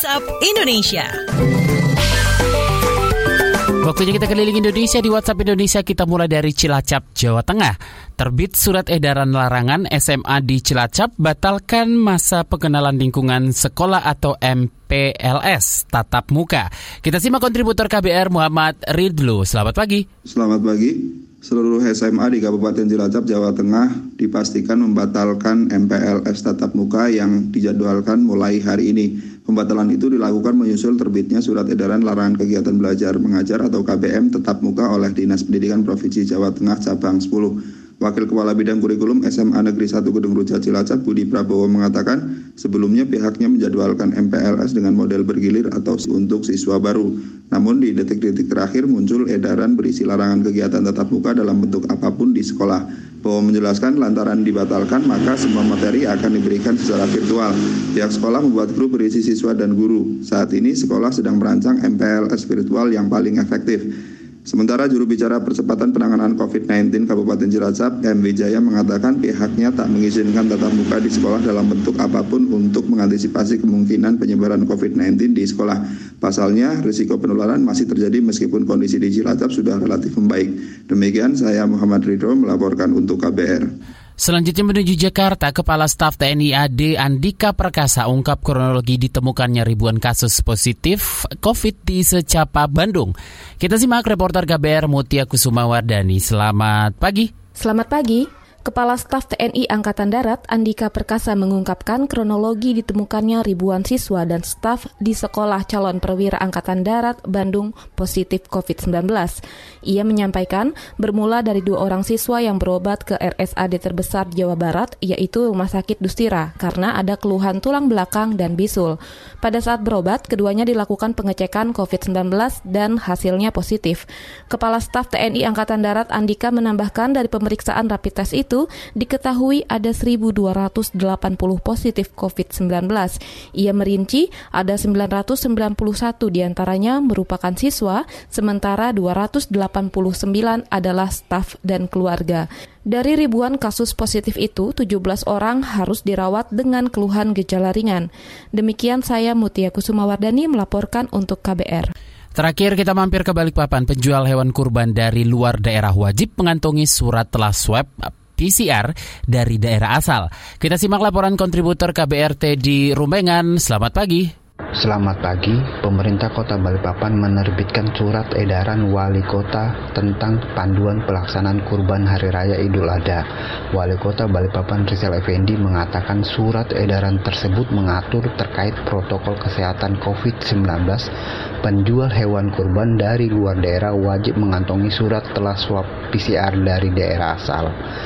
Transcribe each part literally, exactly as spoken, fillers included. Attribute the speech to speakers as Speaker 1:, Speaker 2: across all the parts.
Speaker 1: WhatsApp Indonesia.
Speaker 2: Waktunya kita keliling Indonesia. Di WhatsApp Indonesia kita mulai dari Cilacap, Jawa Tengah. Terbit surat edaran larangan S M A di Cilacap batalkan masa pengenalan lingkungan sekolah atau M P L S tatap muka. Kita simak kontributor K B R Muhammad Ridlu. Selamat pagi.
Speaker 3: Selamat pagi. Seluruh S M A di Kabupaten Cilacap, Jawa Tengah dipastikan membatalkan M P L S tatap muka yang dijadwalkan mulai hari ini. Pembatalan itu dilakukan menyusul terbitnya surat edaran larangan kegiatan belajar mengajar atau K B M tatap muka oleh Dinas Pendidikan Provinsi Jawa Tengah Cabang sepuluh. Wakil Kepala Bidang Kurikulum S M A Negeri satu Gedung Ruja Cilacap, Budi Prabowo mengatakan sebelumnya pihaknya menjadwalkan M P L S dengan model bergilir atau untuk siswa baru. Namun di detik-detik terakhir muncul edaran berisi larangan kegiatan tatap muka dalam bentuk apapun di sekolah. Prabowo menjelaskan lantaran dibatalkan maka semua materi akan diberikan secara virtual. Pihak sekolah membuat grup berisi siswa dan guru. Saat ini sekolah sedang merancang M P L S virtual yang paling efektif. Sementara juru bicara percepatan penanganan covid sembilan belas Kabupaten Cilacap, M. Wijaya, mengatakan pihaknya tak mengizinkan tatap muka di sekolah dalam bentuk apapun untuk mengantisipasi kemungkinan penyebaran covid sembilan belas di sekolah. Pasalnya, risiko penularan masih terjadi meskipun kondisi di Cilacap sudah relatif membaik. Demikian saya Muhammad Ridho melaporkan untuk K B R.
Speaker 2: Selanjutnya menuju Jakarta, Kepala Staf T N I A D Andika Perkasa ungkap kronologi ditemukannya ribuan kasus positif COVID di Secapa, Bandung. Kita simak reporter K B R Mutia Kusumawardani. Selamat pagi.
Speaker 4: Selamat pagi. Kepala Staf T N I Angkatan Darat Andika Perkasa mengungkapkan kronologi ditemukannya ribuan siswa dan staf di Sekolah Calon Perwira Angkatan Darat Bandung positif covid sembilan belas. Ia menyampaikan bermula dari dua orang siswa yang berobat ke R S A D terbesar di Jawa Barat, yaitu Rumah Sakit Dustira, karena ada keluhan tulang belakang dan bisul. Pada saat berobat, keduanya dilakukan pengecekan covid sembilan belas dan hasilnya positif. Kepala Staf T N I Angkatan Darat Andika menambahkan dari pemeriksaan rapid test itu Itu diketahui ada seribu dua ratus delapan puluh positif covid sembilan belas. Ia merinci ada sembilan ratus sembilan puluh satu diantaranya merupakan siswa, sementara dua ratus delapan puluh sembilan adalah staf dan keluarga. Dari ribuan kasus positif itu, tujuh belas orang harus dirawat dengan keluhan gejala ringan. Demikian saya Mutia Kusumawardani melaporkan untuk K B R.
Speaker 2: Terakhir kita mampir ke Balikpapan. Penjual hewan kurban dari luar daerah wajib mengantongi surat telah swab P C R dari daerah asal. Kita simak laporan kontributor K B R Teddy Rumbengan. Selamat pagi.
Speaker 5: Selamat pagi, pemerintah Kota Balikpapan menerbitkan surat edaran Wali Kota tentang panduan pelaksanaan Kurban Hari Raya Idul Adha. Wali Kota Balikpapan Rizal Effendi mengatakan surat edaran tersebut mengatur terkait protokol kesehatan covid sembilan belas. Penjual hewan kurban dari luar daerah wajib mengantongi surat telah swab P C R dari daerah asal.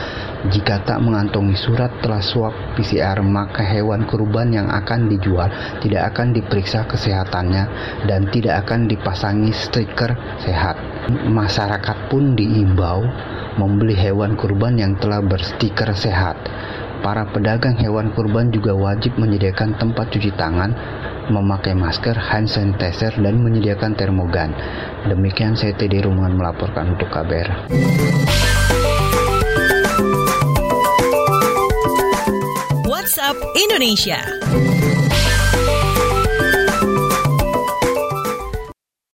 Speaker 5: Jika tak mengantongi surat telah swab P C R, maka hewan kurban yang akan dijual tidak akan diperiksa kesehatannya dan tidak akan dipasangi stiker sehat. Masyarakat pun diimbau membeli hewan kurban yang telah berstiker sehat. Para pedagang hewan kurban juga wajib menyediakan tempat cuci tangan, memakai masker, hand sanitizer, dan menyediakan termogan. Demikian saya Teddy Rumbengan melaporkan untuk K B R.
Speaker 1: WhatsApp Indonesia.